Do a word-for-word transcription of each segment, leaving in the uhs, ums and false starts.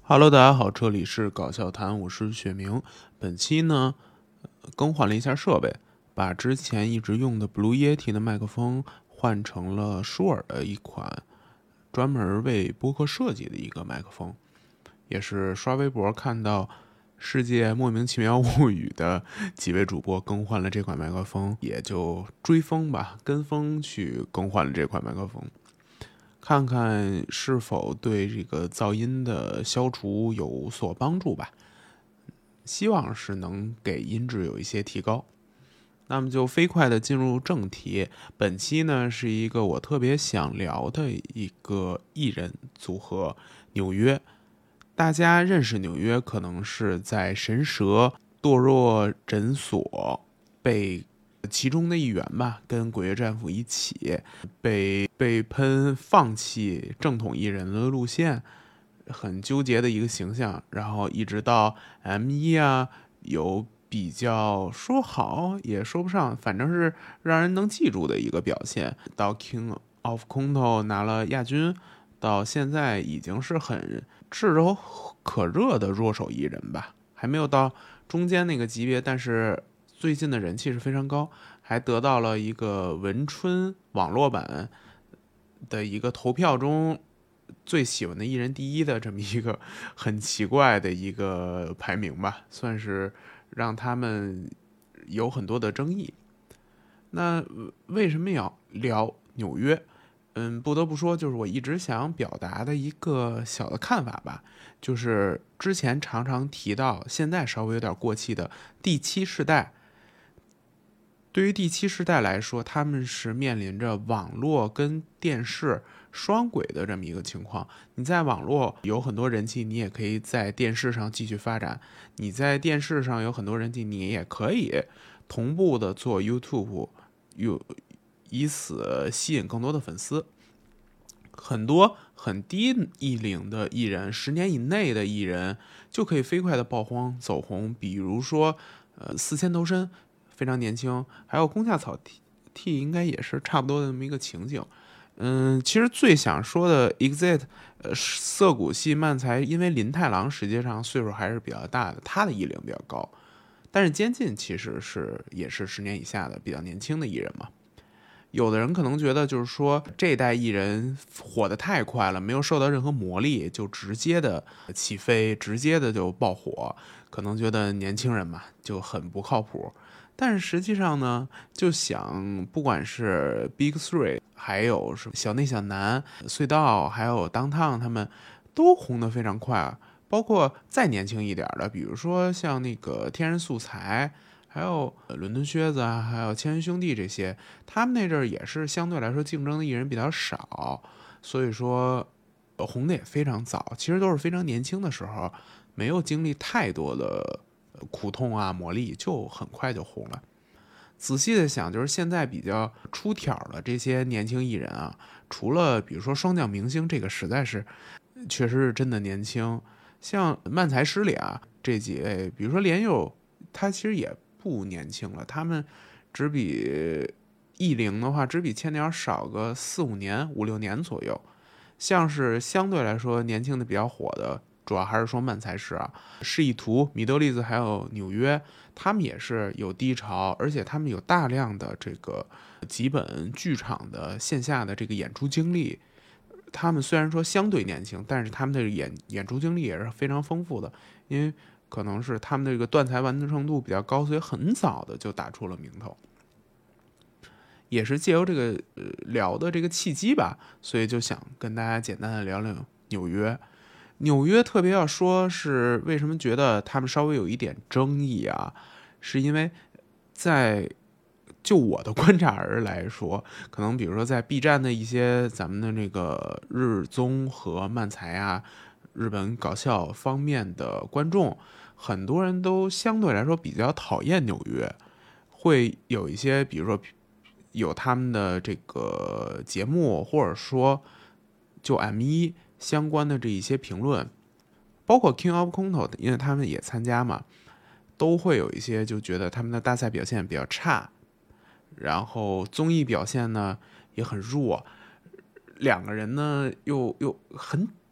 Hello，大家好，这里是搞笑谈，我是雪明。本期呢，呃更换了一下设备，把之前一直用的 Blue Yeti 的麦克风换成了舒尔的一款专门为播客设计的一个麦克风，也是刷微博看到世界莫名其妙物语的几位主播更换了这款麦克风，也就追风吧，跟风去更换了这款麦克风。看看是否对这个噪音的消除有所帮助吧，希望是能给音质有一些提高。那么就飞快的进入正题，本期呢是一个我特别想聊的一个艺人组合——纽约。大家认识纽约可能是在神蛇堕落诊所被其中的一员吧，跟鬼月战斧一起被被喷放弃正统艺人的路线，很纠结的一个形象。然后一直到 M 一啊，有比较说好也说不上，反正是让人能记住的一个表现。到 King of Conto 拿了亚军，到现在已经是很炙手可热的弱手艺人吧，还没有到中间那个级别，但是最近的人气是非常高，还得到了一个文春网络版的一个投票中最喜欢的艺人第一的这么一个很奇怪的一个排名吧，算是让他们有很多的争议。那为什么要聊纽约？嗯，不得不说，就是我一直想表达的一个小的看法吧，就是之前常常提到，现在稍微有点过气的第七世代。对于第七世代来说，他们是面临着网络跟电视双轨的这么一个情况。你在网络有很多人气，你也可以在电视上继续发展；你在电视上有很多人气，你也可以同步的做 YouTube，有以此吸引更多的粉丝。很多很低艺龄的艺人，十年以内的艺人就可以飞快的爆荒走红，比如说，呃，四千头身非常年轻，还有宫下草 T T 应该也是差不多的那么一个情景。嗯，其实最想说的 Exit，呃，涩谷系漫才，因为林太郎实际上岁数还是比较大的，他的艺龄比较高，但是监禁其实是也是十年以下的比较年轻的艺人嘛。有的人可能觉得，就是说这一代艺人火得太快了，没有受到任何磨砺，就直接的起飞，直接的就爆火，可能觉得年轻人嘛就很不靠谱。但是实际上呢，就想不管是 Big Three，还有是小内小南、隧道，还有 Downtown，他们都红得非常快。包括再年轻一点的，比如说像那个天然素材。还有伦敦靴子啊，还有千元兄弟这些，他们那阵儿也是相对来说竞争的艺人比较少，所以说红的也非常早。其实都是非常年轻的时候，没有经历太多的苦痛啊磨砺，就很快就红了。仔细的想，就是现在比较出挑的这些年轻艺人啊，除了比如说双降明星，这个实在是确实是真的年轻。像漫才师里啊这几位，比如说连友，他其实也不年轻了，他们只比艺龄的话，只比千鸟少个四五年、五六年左右。像是相对来说年轻的比较火的，主要还是说漫才师啊，示意图、米德利兹还有纽约，他们也是有低潮，而且他们有大量的这个几本剧场的线下的这个演出经历。他们虽然说相对年轻，但是他们的演演出经历也是非常丰富的，因为可能是他们的这个断台完成度比较高，所以很早的就打出了名头。也是借由这个、呃、聊的这个契机吧，所以就想跟大家简单的聊聊纽约。纽约特别要说是为什么觉得他们稍微有一点争议啊，是因为在就我的观察而来说，可能比如说在 B 站的一些咱们的这个日综和漫才啊、日本搞笑方面的观众，很多人都相对来说比较讨厌纽约，会有一些比如说有他们的这个节目，或者说就 M 一相关的这一些评论，包括 King of Conto， 因为他们也参加嘛，都会有一些就觉得他们的大赛表现比较差，然后综艺表现呢也很弱，两个人呢又又很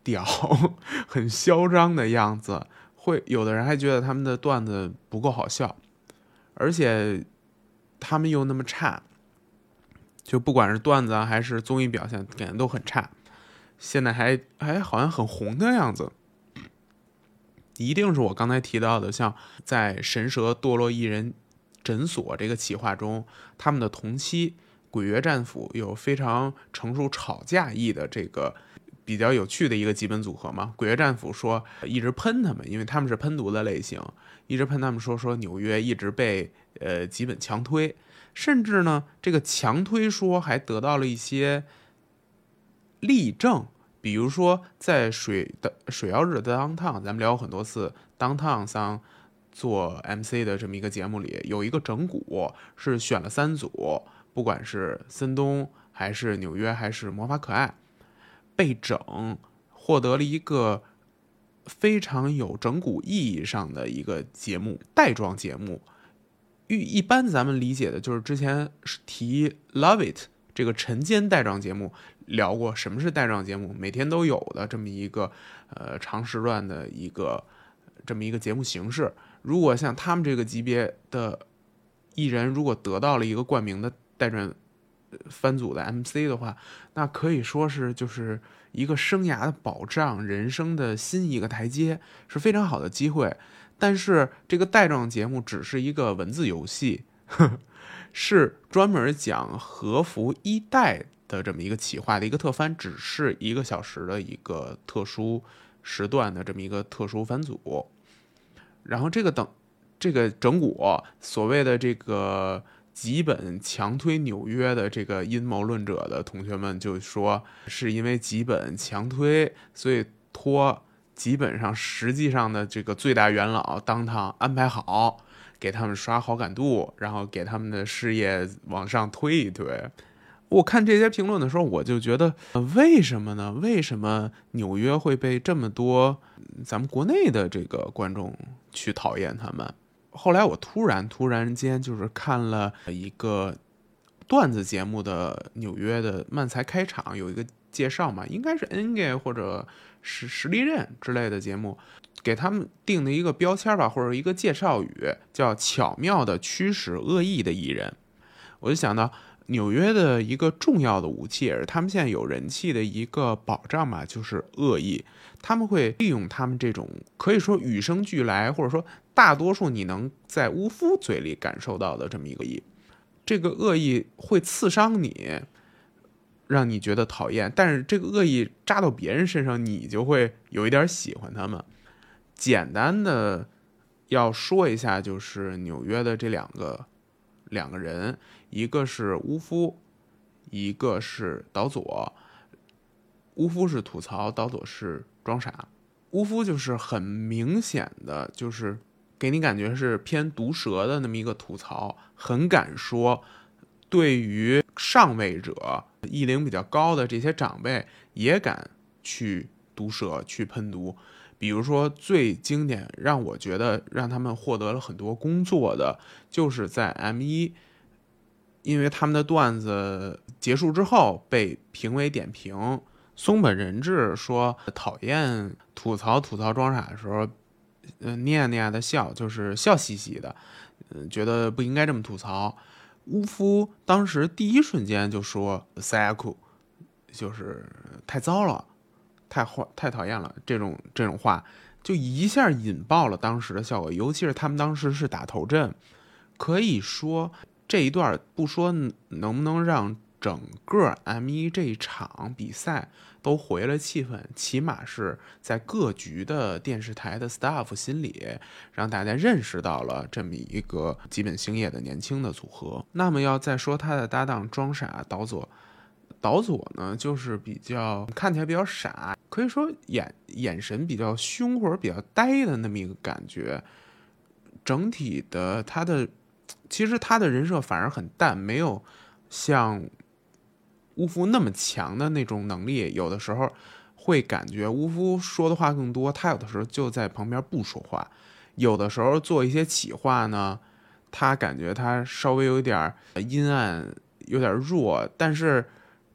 屌很嚣张的样子，会有的人还觉得他们的段子不够好笑，而且他们又那么差，就不管是段子啊还是综艺表现感觉都很差，现在还还好像很红的样子。一定是我刚才提到的，像在神蛇堕落艺人诊所这个企划中，他们的同期鬼月战斧有非常成熟吵架艺的这个比较有趣的一个基本组合嘛。鬼月战斧说一直喷他们，因为他们是喷毒的类型，一直喷他们说说纽约一直被呃基本强推，甚至呢这个强推说还得到了一些例证。比如说，在水的水曜日的 Downtown， 咱们聊过很多次 Downtown 上做 M C 的这么一个节目里，有一个整蛊是选了三组，不管是森东还是纽约还是魔法可爱，被整获得了一个非常有整蛊意义上的一个节目，带状节目。一般咱们理解的就是之前提 Love It 这个晨间带状节目。聊过什么是带状节目，每天都有的这么一个呃长时段的一个这么一个节目形式。如果像他们这个级别的艺人，如果得到了一个冠名的带状番组的 M C 的话，那可以说是就是一个生涯的保障，人生的新一个台阶，是非常好的机会。但是这个带状节目只是一个文字游戏，呵呵是专门讲和服一代的这么一个企划的一个特番，只是一个小时的一个特殊时段的这么一个特殊番组。然后这个等这个整蛊所谓的这个吉本强推纽约的这个阴谋论者的同学们就说，是因为吉本强推，所以托基本上实际上的这个最大元老当堂安排好，给他们刷好感度，然后给他们的事业往上推一推。我看这些评论的时候，我就觉得，呃、为什么呢？为什么纽约会被这么多咱们国内的这个观众去讨厌他们？后来我突然突然间就是看了一个段子节目的纽约的漫才开场，有一个介绍嘛，应该是 N G 或者是实力刃之类的节目，给他们定的一个标签吧，或者一个介绍语，叫巧妙的驱使恶意的艺人。我就想到，纽约的一个重要的武器，也是他们现在有人气的一个保障嘛，就是恶意。他们会利用他们这种可以说与生俱来，或者说大多数你能在巫夫嘴里感受到的这么一个恶意，这个恶意会刺伤你，让你觉得讨厌，但是这个恶意扎到别人身上，你就会有一点喜欢他们。简单的要说一下，就是纽约的这两个两个人，一个是巫夫，一个是岛佐。巫夫是吐槽，岛佐是装傻。巫夫就是很明显的，就是给你感觉是偏毒舌的那么一个吐槽，很敢说，对于上位者艺龄比较高的这些长辈也敢去毒舌去喷毒。比如说最经典让我觉得让他们获得了很多工作的，就是在 M 一，因为他们的段子结束之后被评委点评，松本人志说讨厌吐槽吐槽装傻的时候，呃，念念的笑，就是笑嘻嘻的，嗯、呃，觉得不应该这么吐槽。巫夫当时第一瞬间就说塞亚库，就是太糟了，太坏，太讨厌了，这种这种话就一下引爆了当时的效果，尤其是他们当时是打头阵，可以说这一段不说能不能让整个 M 一 这一场比赛都回了气氛，起码是在各局的电视台的 staff 心里让大家认识到了这么一个基本兴业的年轻的组合。那么要再说他的搭档装傻岛佐，岛佐呢就是比较看起来比较傻，可以说眼眼神比较凶或者比较呆的那么一个感觉。整体的他的其实他的人设反而很淡，没有像巫夫那么强的那种能力，有的时候会感觉巫夫说的话更多，他有的时候就在旁边不说话，有的时候做一些企划呢，他感觉他稍微有点阴暗，有点弱，但是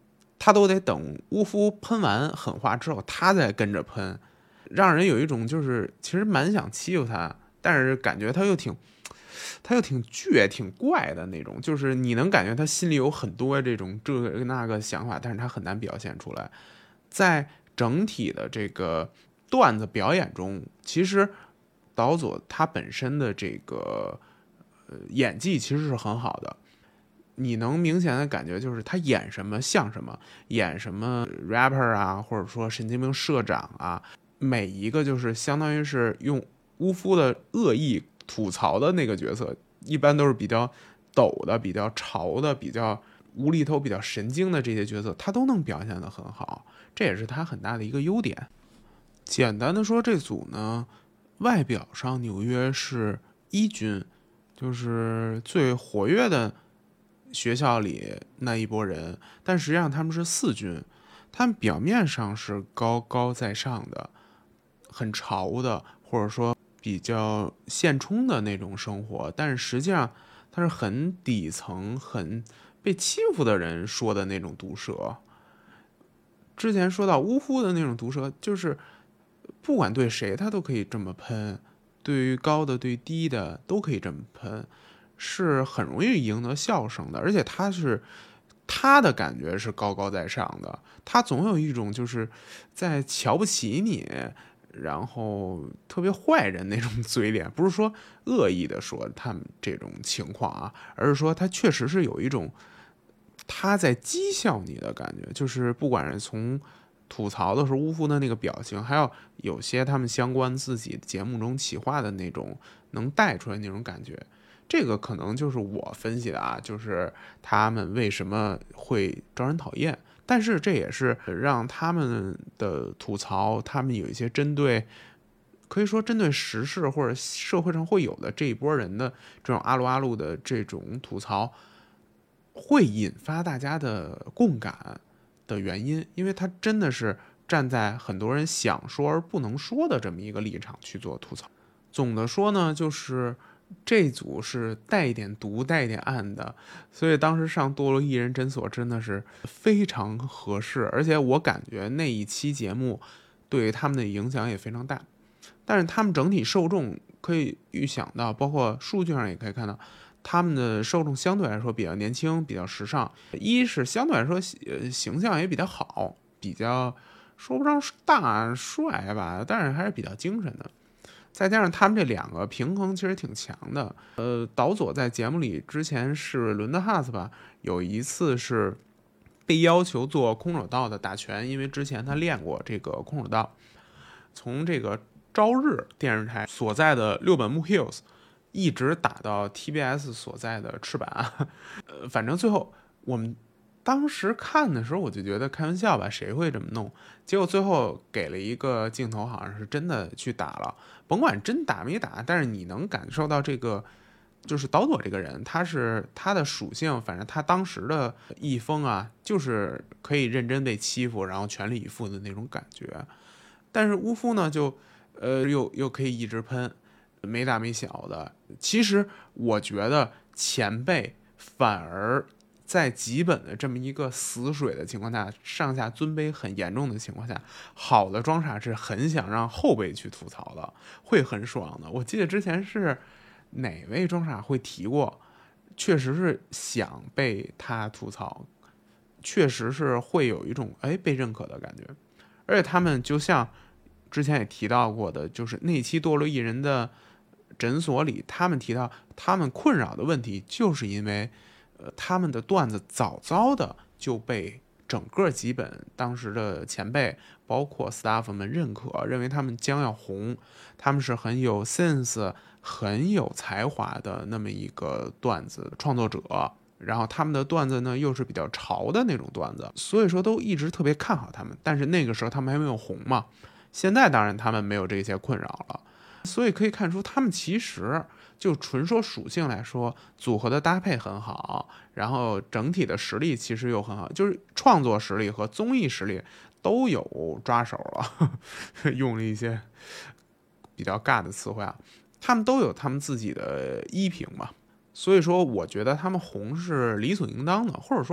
他都得等乌夫喷完狠话之后，他再跟着喷，让人有一种就是其实蛮想欺负他，但是感觉他又挺他又挺倔挺怪的那种，就是你能感觉他心里有很多这种这个那个想法，但是他很难表现出来。在整体的这个段子表演中，其实岛佐他本身的这个、呃、演技其实是很好的，你能明显的感觉就是他演什么像什么，演什么 rapper 啊，或者说神经病社长啊，每一个就是相当于是用乌夫的恶意吐槽的那个角色，一般都是比较抖的、比较潮的、比较无厘头、比较神经的这些角色，他都能表现得很好，这也是他很大的一个优点。简单的说，这组呢，外表上纽约是一军，就是最活跃的学校里那一波人，但实际上他们是四军，他们表面上是高高在上的，很潮的，或者说比较现充的那种生活，但是实际上他是很底层、很被欺负的人说的那种毒舌。之前说到乌夫的那种毒舌，就是不管对谁他都可以这么喷，对于高的对低的都可以这么喷，是很容易赢得笑声的。而且他是他的感觉是高高在上的，他总有一种就是在瞧不起你，然后特别坏人那种嘴脸，不是说恶意的说他们这种情况啊，而是说他确实是有一种他在讥笑你的感觉，就是不管是从吐槽的时候乌夫的那个表情，还有有些他们相关自己节目中企划的那种能带出来那种感觉，这个可能就是我分析的啊，就是他们为什么会招人讨厌，但是这也是让他们的吐槽，他们有一些针对，可以说针对时事或者社会上会有的这一波人的这种阿鲁阿鲁的这种吐槽，会引发大家的共感的原因，因为他真的是站在很多人想说而不能说的这么一个立场去做吐槽。总的说呢，就是这组是带一点毒、带一点暗的，所以当时上堕落艺人诊所真的是非常合适，而且我感觉那一期节目对他们的影响也非常大。但是他们整体受众可以预想到，包括数据上也可以看到，他们的受众相对来说比较年轻，比较时尚。一是相对来说呃形象也比较好，比较说不上大帅吧，但是还是比较精神的。再加上他们这两个平衡其实挺强的。呃，岛佐在节目里之前是伦德哈斯吧，有一次是被要求做空手道的打拳，因为之前他练过这个空手道，从这个朝日电视台所在的六本木 Hills 一直打到 T B S 所在的赤坂。呃，反正最后我们当时看的时候，我就觉得开玩笑吧，谁会这么弄？结果最后给了一个镜头，好像是真的去打了。甭管真打没打，但是你能感受到这个，就是岛佐这个人，他是他的属性，反正他当时的一风啊，就是可以认真被欺负，然后全力以赴的那种感觉。但是乌夫呢，就呃又又可以一直喷，没大没小的。其实我觉得前辈反而在吉本的这么一个死水的情况下，上下尊卑很严重的情况下，好的装傻是很想让后辈去吐槽的，会很爽的。我记得之前是哪位装傻会提过，确实是想被他吐槽，确实是会有一种哎被认可的感觉。而且他们就像之前也提到过的，就是那期堕落艺人的诊所里，他们提到他们困扰的问题，就是因为呃他们的段子早早的就被整个吉本当时的前辈包括 staff 们认可，认为他们将要红，他们是很有 sense 很有才华的那么一个段子创作者，然后他们的段子呢又是比较潮的那种段子，所以说都一直特别看好他们。但是那个时候他们还没有红嘛，现在当然他们没有这些困扰了，所以可以看出他们其实就纯说属性来说，组合的搭配很好，然后整体的实力其实又很好，就是创作实力和综艺实力都有抓手了。用了一些比较尬的词汇啊，他们都有他们自己的依凭嘛。所以说我觉得他们红是理所应当的，或者说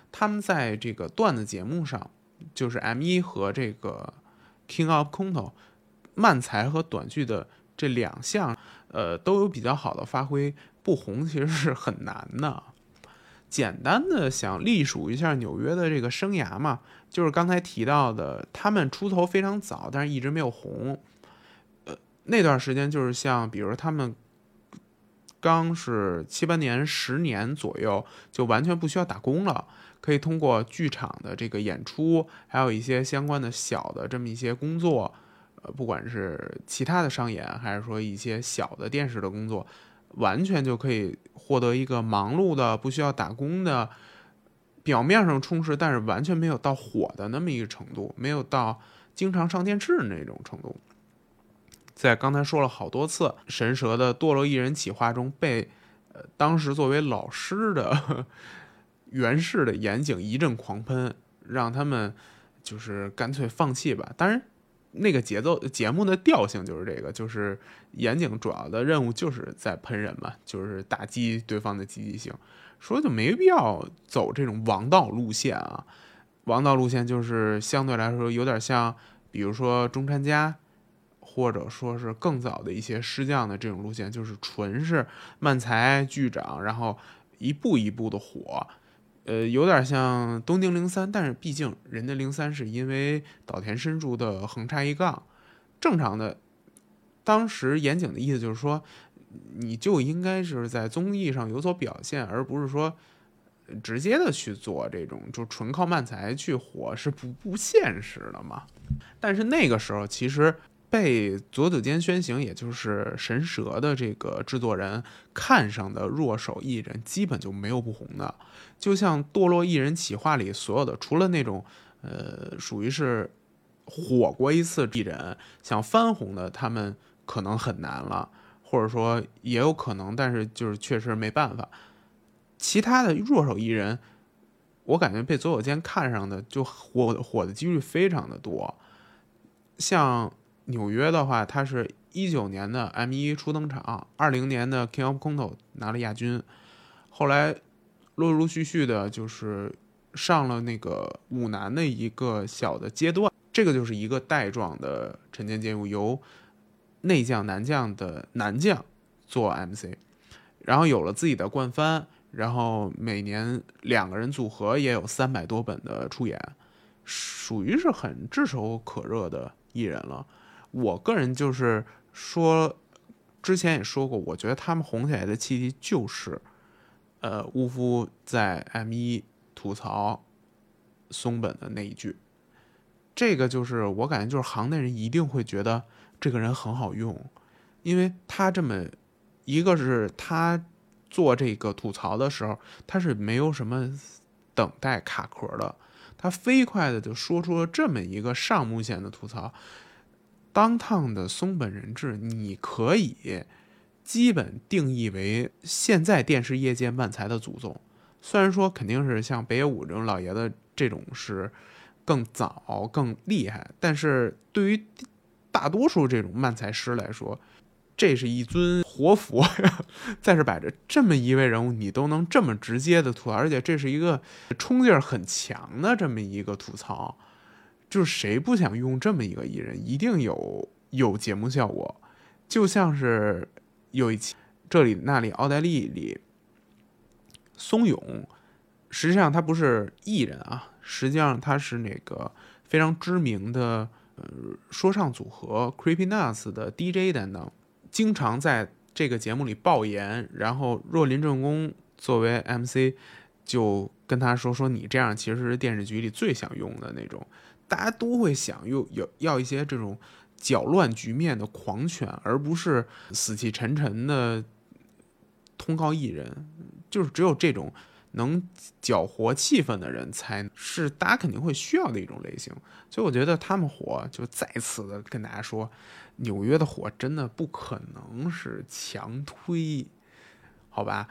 他们在这个段子节目上，就是 M 一 和这个 King of Conto 漫才和短剧的这两项，呃，都有比较好的发挥，不红其实是很难的。简单的想隶属一下纽约的这个生涯嘛，就是刚才提到的，他们出头非常早，但是一直没有红。呃，那段时间就是像，比如说他们刚是七八年、十年左右，就完全不需要打工了，可以通过剧场的这个演出，还有一些相关的小的这么一些工作，呃，不管是其他的商演，还是说一些小的电视的工作，完全就可以获得一个忙碌的、不需要打工的、表面上充实，但是完全没有到火的那么一个程度，没有到经常上电视的那种程度。在刚才说了好多次，神蛇的堕落艺人企划中被，呃，当时作为老师的袁氏的岩井一阵狂喷，让他们就是干脆放弃吧。当然，那个节奏节目的调性就是这个，就是岩井主要的任务就是在喷人嘛，就是打击对方的积极性，说就没必要走这种王道路线啊。王道路线就是相对来说有点像，比如说中川家，或者说是更早的一些师匠的这种路线，就是纯是漫才剧长，然后一步一步的火。呃，有点像东京零三，但是毕竟人家零三是因为岛田伸树的横插一杠，正常的。当时岩井的意思就是说，你就应该是在综艺上有所表现，而不是说直接的去做这种就纯靠漫才去火，是不不现实的嘛。但是那个时候其实被佐久间宣行，也就是神蛇的这个制作人看上的弱手艺人，基本就没有不红的。就像堕落艺人企划里所有的，除了那种呃属于是火过一次艺人想翻红的，他们可能很难了，或者说也有可能，但是就是确实没办法。其他的弱手艺人，我感觉被佐久间看上的就火火的几率非常的多。像纽约的话，他是一九年的 M 一 初登场，二零年的 King of Conto 拿了亚军，后来陆陆续续的就是上了那个舞男的一个小的阶段，这个就是一个带状的晨间节目，由内将男将的男将做 M C， 然后有了自己的冠番，然后每年两个人组合也有三百多本的出演，属于是很炙手可热的艺人了。我个人就是说，之前也说过，我觉得他们红起来的契机就是，呃，乌夫在 M 一 吐槽松本的那一句，这个就是我感觉就是行内人一定会觉得这个人很好用，因为他这么一个是他做这个吐槽的时候，他是没有什么等待卡壳的，他飞快的就说出了这么一个上目线的吐槽。当趟的松本人志，你可以基本定义为现在电视业界漫才的祖宗。虽然说肯定是像北野武这种老爷子这种是更早更厉害，但是对于大多数这种漫才师来说，这是一尊活佛呀，在这摆着这么一位人物，你都能这么直接的吐槽，而且这是一个冲劲儿很强的这么一个吐槽。就是谁不想用这么一个艺人，一定有有节目效果。就像是有一期这里那里奥黛丽里，松永实际上他不是艺人啊，实际上他是那个非常知名的呃说唱组合 Creepy Nuts 的 D J 担当，经常在这个节目里爆言，然后若林正宫作为 M C 就跟他说说你这样其实是电视剧里最想用的那种。大家都会想有有要一些这种搅乱局面的狂犬，而不是死气沉沉的通告艺人。就是只有这种能搅和气氛的人，才是大家肯定会需要的一种类型。所以我觉得他们火，就再次的跟大家说，纽约的火真的不可能是强推，好吧？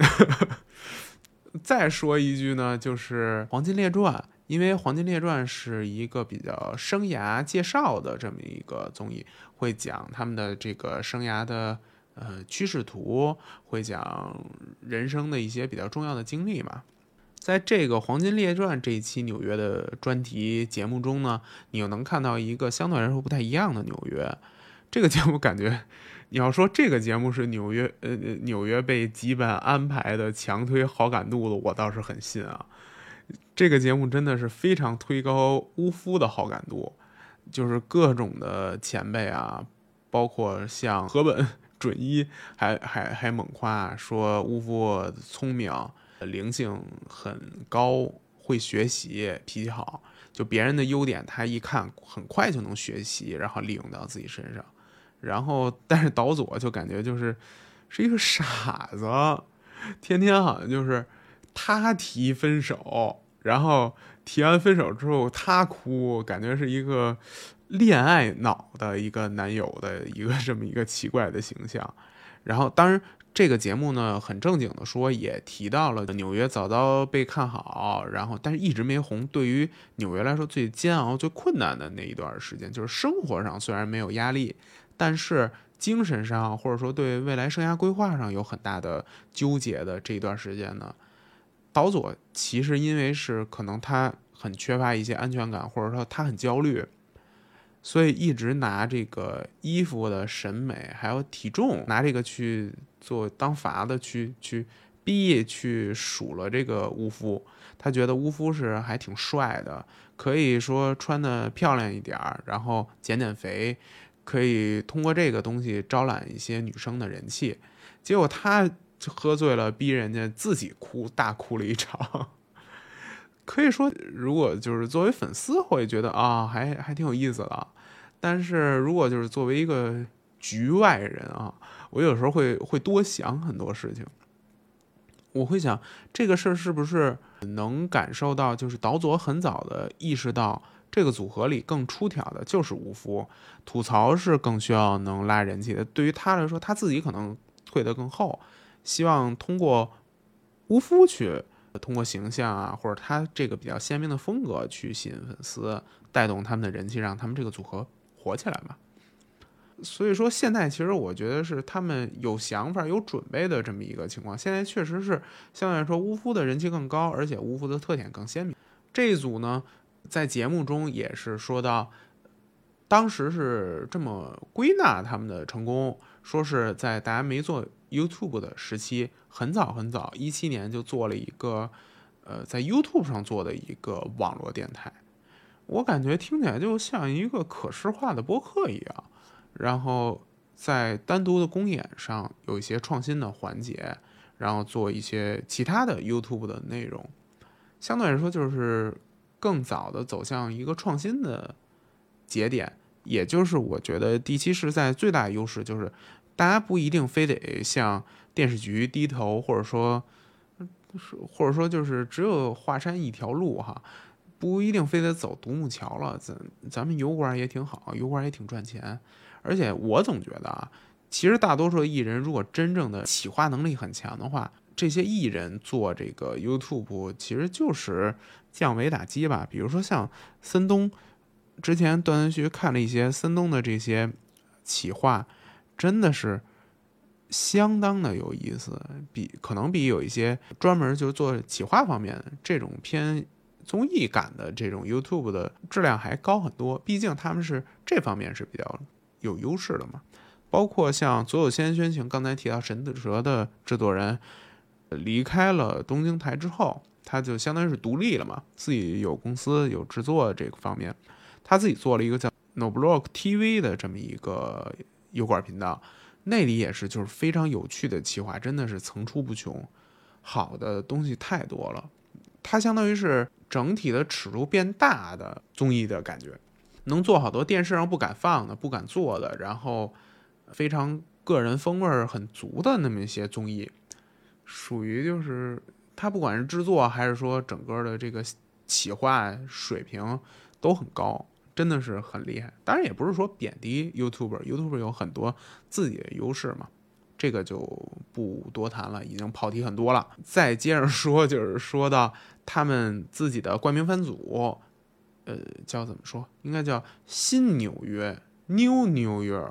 再说一句呢，就是《黄金列传》。因为《黄金列传》是一个比较生涯介绍的这么一个综艺，会讲他们的这个生涯的呃趋势图，会讲人生的一些比较重要的经历嘛。 在这个《黄金列传》这一期纽约的专题节目中呢，你又能看到一个相对来说不太一样的纽约。这个节目感觉，你要说这个节目是纽约呃纽约被几本安排的强推好感度的，我倒是很信啊。这个节目真的是非常推高乌夫的好感度，就是各种的前辈啊，包括像河本准一还还还猛夸说乌夫聪明、灵性很高，会学习，脾气好，就别人的优点他一看很快就能学习，然后利用到自己身上。然后但是岛佐就感觉就是是一个傻子，天天好像就是他提分手，然后提完分手之后他哭，感觉是一个恋爱脑的一个男友的一个这么一个奇怪的形象。然后当然这个节目呢很正经的说，也提到了纽约早早被看好，然后但是一直没红。对于纽约来说最煎熬最困难的那一段时间，就是生活上虽然没有压力，但是精神上或者说对未来生涯规划上有很大的纠结的这一段时间呢，岛佐其实因为是可能他很缺乏一些安全感，或者说他很焦虑，所以一直拿这个衣服的审美还有体重拿这个去做当法子去去逼去数了这个乌夫。他觉得乌夫是还挺帅的，可以说穿的漂亮一点，然后减减肥，可以通过这个东西招揽一些女生的人气。结果他喝醉了，逼人家自己哭，大哭了一场。可以说，如果就是作为粉丝会觉得啊，还还挺有意思的。但是如果就是作为一个局外人啊，我有时候会会多想很多事情。我会想这个事儿是不是能感受到，就是岛佐很早的意识到这个组合里更出挑的就是乌夫，吐槽是更需要能拉人气的。对于他来说，他自己可能退得更后，希望通过乌夫去通过形象啊，或者他这个比较鲜明的风格去吸引粉丝，带动他们的人气，让他们这个组合火起来嘛。所以说现在其实我觉得是他们有想法有准备的这么一个情况。现在确实是相对来说乌夫的人气更高，而且乌夫的特点更鲜明。这一组呢在节目中也是说到，当时是这么归纳他们的成功，说是在大家没做 YouTube 的时期，很早很早一七年就做了一个呃在 YouTube 上做的一个网络电台。我感觉听起来就像一个可视化的播客一样，然后在单独的公演上有一些创新的环节，然后做一些其他的 YouTube 的内容，相对来说就是更早的走向一个创新的节点。也就是我觉得第七时代最大的优势就是大家不一定非得向电视局低头，或者说或者说就是只有华山一条路哈，不一定非得走独木桥了，咱咱们油管也挺好，油管也挺赚钱。而且我总觉得啊，其实大多数艺人如果真正的企划能力很强的话，这些艺人做这个 YouTube 其实就是降维打击吧。比如说像森东，之前段文旭看了一些森东的这些企划，真的是相当的有意思，比可能比有一些专门就做企划方面这种偏综艺感的这种 YouTube 的质量还高很多。毕竟他们是这方面是比较有优势的嘛。包括像左有先宣情刚才提到神之蛇的制作人离开了东京台之后，他就相当于是独立了嘛，自己有公司有制作这个方面，他自己做了一个叫 Noblock T V 的这么一个油管频道，那里也是就是非常有趣的企划，真的是层出不穷，好的东西太多了。它相当于是整体的尺度变大的综艺的感觉，能做好多电视上不敢放的不敢做的，然后非常个人风味很足的那么一些综艺，属于就是它不管是制作还是说整个的这个企划水平都很高，真的是很厉害。当然也不是说贬低 YouTuber，YouTuber 有很多自己的优势嘛，这个就不多谈了，已经跑题很多了。再接着说，就是说到他们自己的冠名番组，呃，叫怎么说？应该叫新纽约 （New New York）。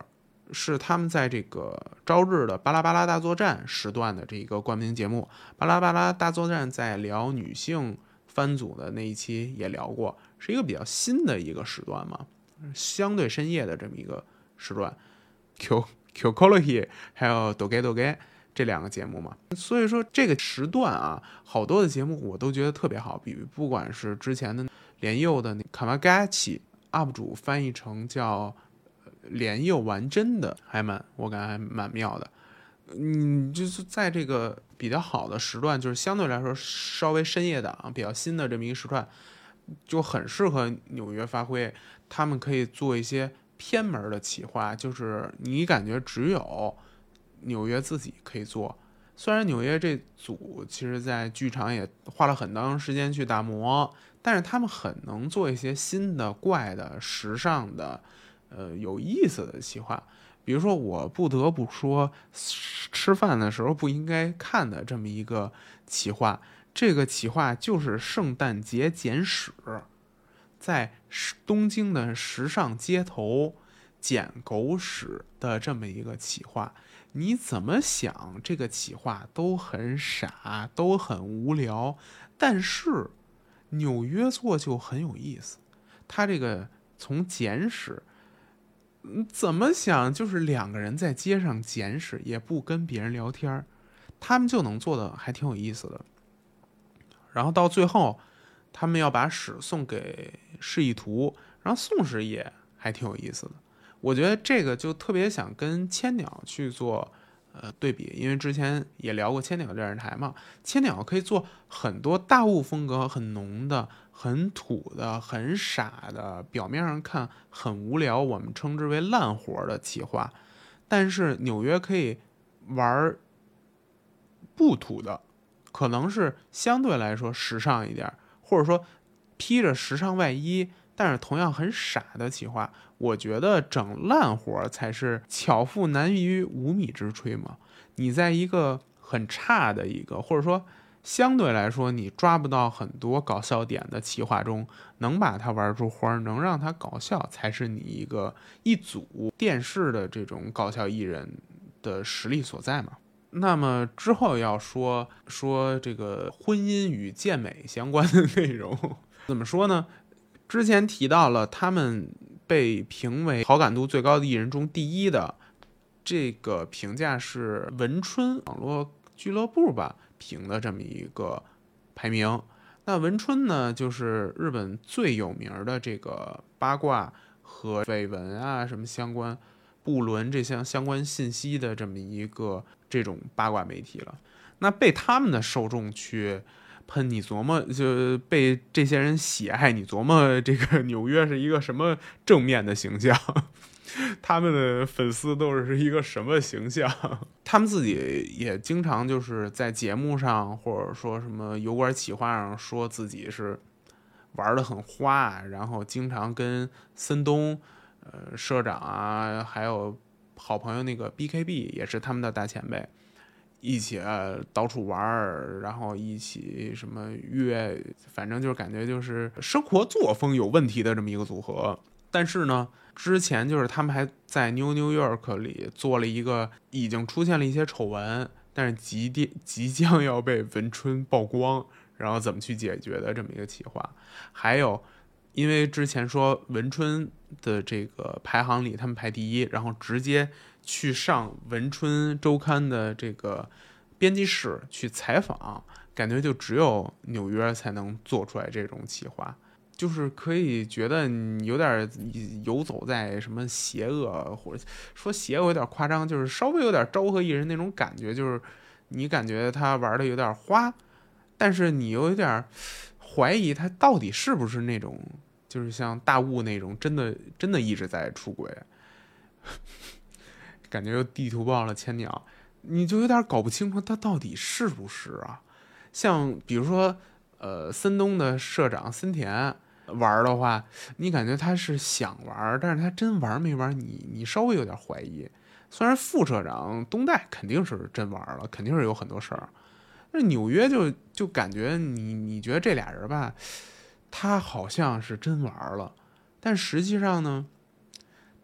是他们在这个朝日的巴拉巴拉大作战时段的这一个冠名节目。巴拉巴拉大作战在聊女性番组的那一期也聊过，是一个比较新的一个时段嘛，相对深夜的这么一个时段。Q Q c o l o g y 还有 Doge Doge 这两个节目嘛，所以说这个时段啊，好多的节目我都觉得特别好，比如不管是之前的莲佑的卡玛嘎奇 U P 主翻译成叫莲佑完真的，还蛮我感觉还蛮妙的。嗯，就是在这个比较好的时段，就是相对来说稍微深夜档比较新的这么一个时段，就很适合纽约发挥。他们可以做一些偏门的企划，就是你感觉只有纽约自己可以做。虽然纽约这组其实在剧场也花了很长时间去打磨，但是他们很能做一些新的、怪的、时尚的、呃有意思的企划。比如说，我不得不说，吃饭的时候不应该看的这么一个企划，这个企划就是圣诞节简史，在东京的时尚街头捡狗屎的这么一个企划。你怎么想这个企划都很傻，都很无聊，但是纽约做就很有意思。他这个从简史怎么想，就是两个人在街上捡屎，也不跟别人聊天，他们就能做的还挺有意思的。然后到最后，他们要把屎送给示意图，然后送屎也还挺有意思的。我觉得这个就特别想跟千鸟去做呃对比，因为之前也聊过千鸟电视台嘛，千鸟可以做很多大雾风格很浓的、很土的、很傻的，表面上看很无聊，我们称之为烂活的企划，但是纽约可以玩不土的，可能是相对来说时尚一点，或者说披着时尚外衣，但是同样很傻的企划。我觉得整烂活才是巧妇难于无米之炊嘛。你在一个很差的一个，或者说相对来说你抓不到很多搞笑点的企划中，能把它玩出花，能让它搞笑，才是你一个一组电视的这种搞笑艺人的实力所在嘛。那么之后要说说这个婚姻与健美相关的内容，怎么说呢？之前提到了他们被评为好感度最高的艺人中第一的，这个评价是文春网络俱乐部吧评的这么一个排名。那文春呢，就是日本最有名的这个八卦和绯闻啊什么相关不伦这项相关信息的这么一个这种八卦媒体了。那被他们的受众去喷，你琢磨就被这些人喜爱，你琢磨这个纽约是一个什么正面的形象，他们的粉丝都是一个什么形象。他们自己也经常就是在节目上或者说什么油管企划上说自己是玩得很花，然后经常跟森东呃社长啊还有好朋友那个 B K B 也是他们的大前辈一起、呃、到处玩，然后一起什么约，反正就是感觉就是生活作风有问题的这么一个组合。但是呢，之前就是他们还在 New New York 里做了一个已经出现了一些丑闻，但是即即将要被文春曝光，然后怎么去解决的这么一个企划。还有因为之前说文春的这个排行里他们排第一，然后直接去上文春周刊的这个编辑室去采访，感觉就只有纽约才能做出来这种企划，就是可以觉得你有点游走在什么邪恶，或者说邪恶有点夸张，就是稍微有点昭和艺人那种感觉，就是你感觉他玩的有点花，但是你又有点怀疑他到底是不是那种就是像大雾那种真的真的一直在出轨，感觉又地图炮了千鸟，你就有点搞不清楚他到底是不是啊。像比如说呃森东的社长森田玩的话，你感觉他是想玩，但是他真玩没玩，你你稍微有点怀疑。虽然副社长东代肯定是真玩了，肯定是有很多事儿，那纽约就就感觉你你觉得这俩人吧，他好像是真玩了，但实际上呢，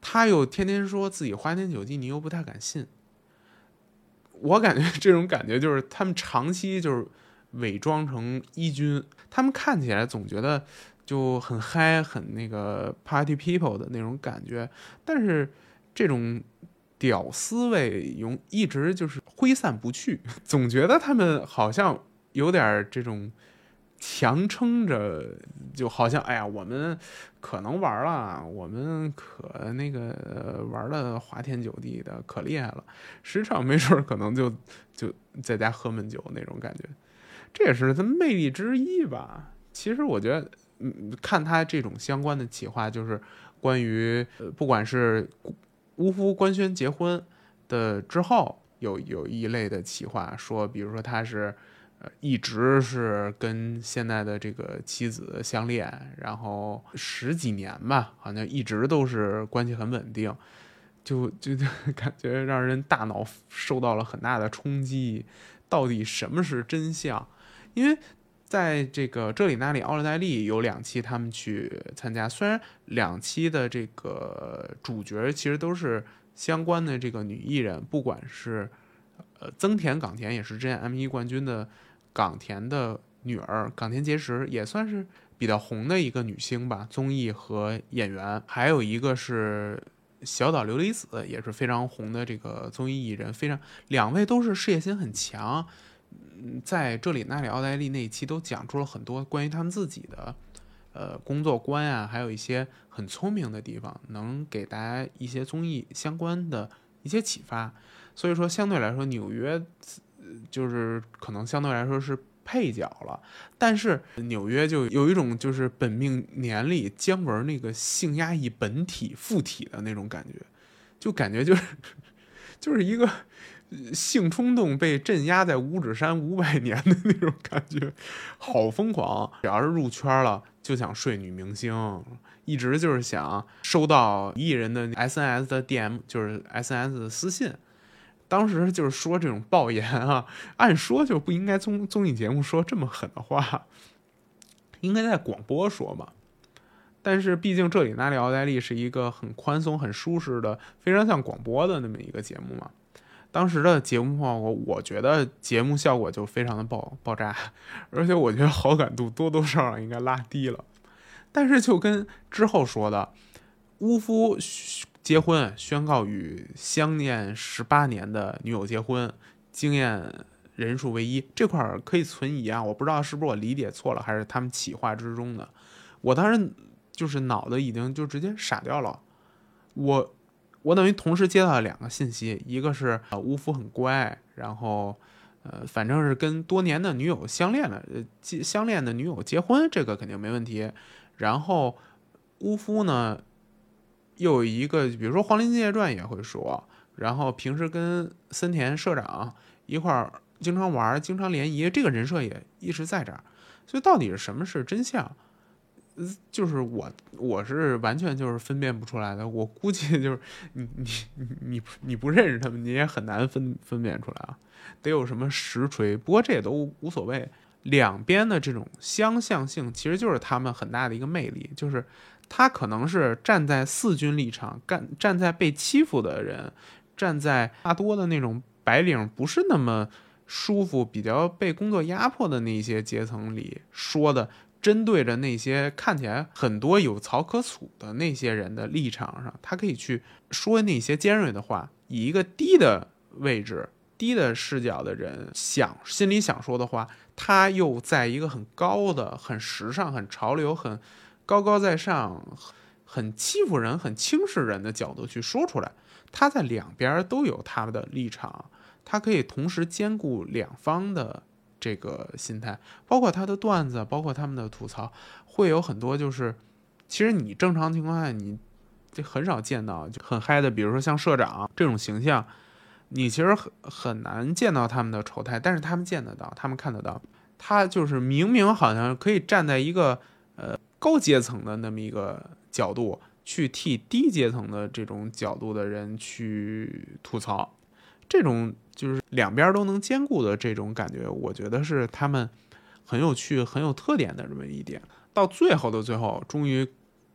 他又天天说自己花天酒地，你又不太敢信。我感觉这种感觉就是他们长期就是伪装成一军，他们看起来总觉得就很嗨，很那个 party people 的那种感觉，但是这种屌丝味永一直就是挥散不去，总觉得他们好像有点这种强撑着，就好像哎呀，我们可能玩了，我们可那个玩的花天酒地的，可厉害了。实际上没准可能就就在家喝闷酒那种感觉，这也是他魅力之一吧。其实我觉得，嗯，看他这种相关的企划，就是关于呃，不管是巫夫官宣结婚的之后，有有一类的企划说，比如说他是。呃，一直是跟现在的这个妻子相恋，然后十几年吧，好像一直都是关系很稳定，就就就感觉让人大脑受到了很大的冲击。到底什么是真相？因为在这个这里那里奥利黛丽有两期他们去参加，虽然两期的这个主角其实都是相关的这个女艺人，不管是呃增田港田也是之前 M 一 冠军的。港田的女儿港田结实也算是比较红的一个女星吧，综艺和演员。还有一个是小岛琉璃子，也是非常红的这个综艺艺人，非常两位都是事业心很强。在这里那里奥黛丽那一期都讲出了很多关于他们自己的呃工作观啊，还有一些很聪明的地方，能给大家一些综艺相关的一些启发。所以说相对来说纽约就是可能相对来说是配角了，但是纽约就有一种就是本命年里姜文那个性压抑本体附体的那种感觉，就感觉就是就是一个性冲动被镇压在五指山五百年的那种感觉，好疯狂！只要是入圈了，就想睡女明星，一直就是想收到艺人的 S N S 的 D M， 就是 S N S 的私信。当时就是说这种爆言啊，按说就不应该综综艺节目说这么狠的话，应该在广播说嘛。但是毕竟这里那里奥黛丽是一个很宽松、很舒适的，非常像广播的那么一个节目嘛。当时的节目效果，我觉得节目效果就非常的爆爆炸，而且我觉得好感度多多少少应该拉低了。但是就跟之后说的，巫夫结婚宣告与相恋十八年的女友结婚，经验人数为一，这块可以存疑啊，我不知道是不是我理解错了，还是他们企划之中的。我当时就是脑子已经就直接傻掉了，我我等于同时接到了两个信息，一个是呃巫夫很乖，然后呃反正是跟多年的女友相恋了，呃相恋的女友结婚，这个肯定没问题。然后巫夫呢？又有一个，比如说《黄陵夜传》也会说，然后平时跟森田社长一块儿经常玩，经常联谊，这个人设也一直在这儿。所以到底是什么是真相？就是我我是完全就是分辨不出来的。我估计就是你你你你不认识他们，你也很难分分辨出来啊。得有什么实锤，不过这也都无所谓。两边的这种相像性，其实就是他们很大的一个魅力，就是他可能是站在四军立场，站站在被欺负的人，站在大多的那种白领不是那么舒服、比较被工作压迫的那些阶层里说的，针对着那些看起来很多有槽可吐的那些人的立场上，他可以去说那些尖锐的话，以一个低的位置、低的视角的人想心里想说的话，他又在一个很高的、很时尚、很潮流、很高高在上、很欺负人、很轻视人的角度去说出来。他在两边都有他的立场，他可以同时兼顾两方的这个心态，包括他的段子，包括他们的吐槽，会有很多就是，其实你正常情况下你就很少见到就很嗨的，比如说像社长这种形象，你其实很很难见到他们的丑态，但是他们见得到，他们看得到，他就是明明好像可以站在一个呃高阶层的那么一个角度去替低阶层的这种角度的人去吐槽，这种就是两边都能兼顾的这种感觉，我觉得是他们很有趣、很有特点的这么一点。到最后的最后，终于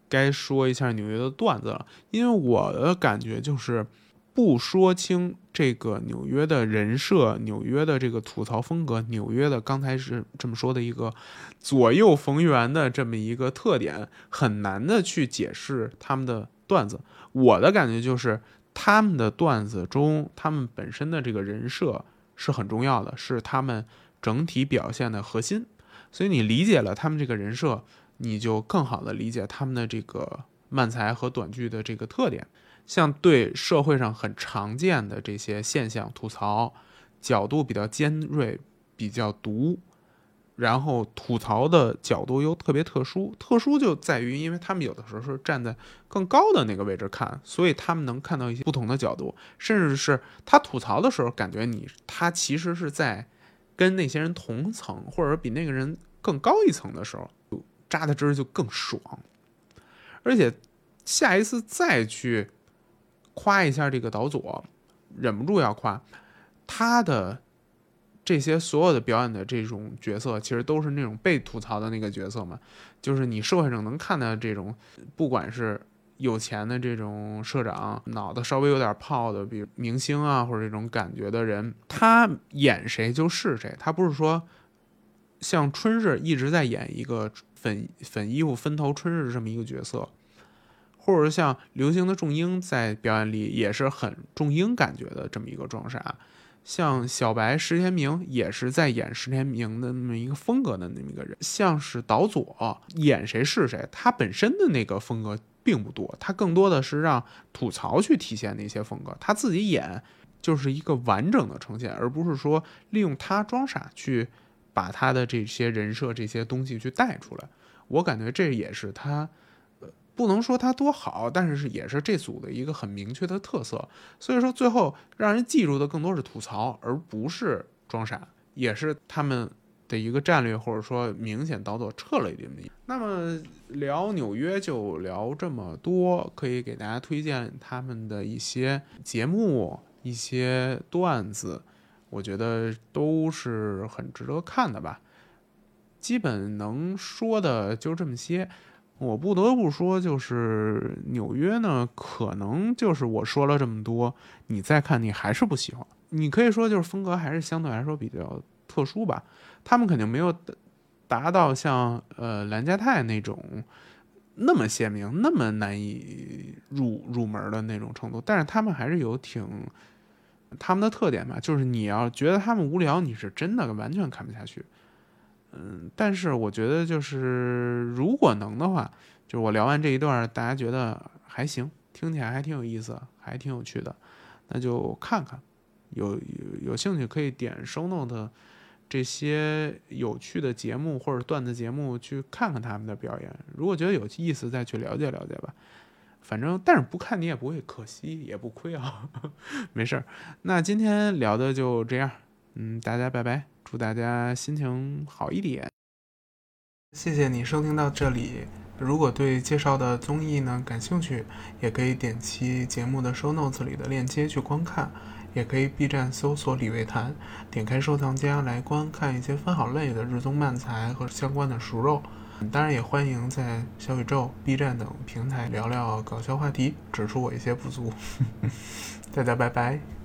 该说一下纽约的段子了，因为我的感觉就是不说清这个纽约的人设、纽约的这个吐槽风格、纽约的刚才是这么说的一个左右逢源的这么一个特点，很难的去解释他们的段子。我的感觉就是他们的段子中，他们本身的这个人设是很重要的，是他们整体表现的核心。所以你理解了他们这个人设，你就更好的理解他们的这个漫才和短剧的这个特点。像对社会上很常见的这些现象吐槽，角度比较尖锐，比较毒，然后吐槽的角度又特别特殊，特殊就在于因为他们有的时候是站在更高的那个位置看，所以他们能看到一些不同的角度，甚至是他吐槽的时候感觉你他其实是在跟那些人同层，或者比那个人更高一层的时候，扎的汁就更爽。而且下一次再去夸一下这个导佐，忍不住要夸他的这些所有的表演的这种角色，其实都是那种被吐槽的那个角色嘛，就是你社会上能看到这种，不管是有钱的这种社长，脑子稍微有点泡的，比如明星啊或者这种感觉的人，他演谁就是谁，他不是说像春日一直在演一个粉粉衣服分头春日这么一个角色，或者像流行的仲英在表演里也是很仲英感觉的这么一个装傻，像小白石田明也是在演石田明的那么一个风格的那么一个人，像是导佐演谁是谁，他本身的那个风格并不多，他更多的是让吐槽去体现那些风格，他自己演就是一个完整的呈现，而不是说利用他装傻去把他的这些人设这些东西去带出来。我感觉这也是他不能说他多好，但是也是这组的一个很明确的特色。所以说最后让人记住的更多是吐槽，而不是装傻，也是他们的一个战略，或者说明显导佐撤了一点点。那么聊纽约就聊这么多，可以给大家推荐他们的一些节目、一些段子，我觉得都是很值得看的吧。基本能说的就这么些。我不得不说，就是纽约呢，可能就是我说了这么多，你再看你还是不喜欢。你可以说就是风格还是相对来说比较特殊吧，他们肯定没有达到像呃蓝家泰那种那么鲜明、那么难以入入门的那种程度，但是他们还是有挺他们的特点吧，就是你要觉得他们无聊，你是真的完全看不下去。嗯，但是我觉得就是如果能的话，就我聊完这一段，大家觉得还行，听起来还挺有意思，还挺有趣的，那就看看，有有有兴趣可以点 show note 这些有趣的节目或者段子节目去看看他们的表演，如果觉得有意思再去了解了解吧。反正但是不看你也不会可惜，也不亏啊。没事，那今天聊的就这样，嗯，大家拜拜。祝大家心情好一点。谢谢你收听到这里。如果对介绍的综艺呢感兴趣，也可以点击节目的 show notes 里的链接去观看，也可以 B 站搜索李卫谈，点开收藏夹来观看一些分好类的日综漫才和相关的熟肉。当然也欢迎在小宇宙、B 站等平台聊聊搞笑话题，指出我一些不足。大家拜拜。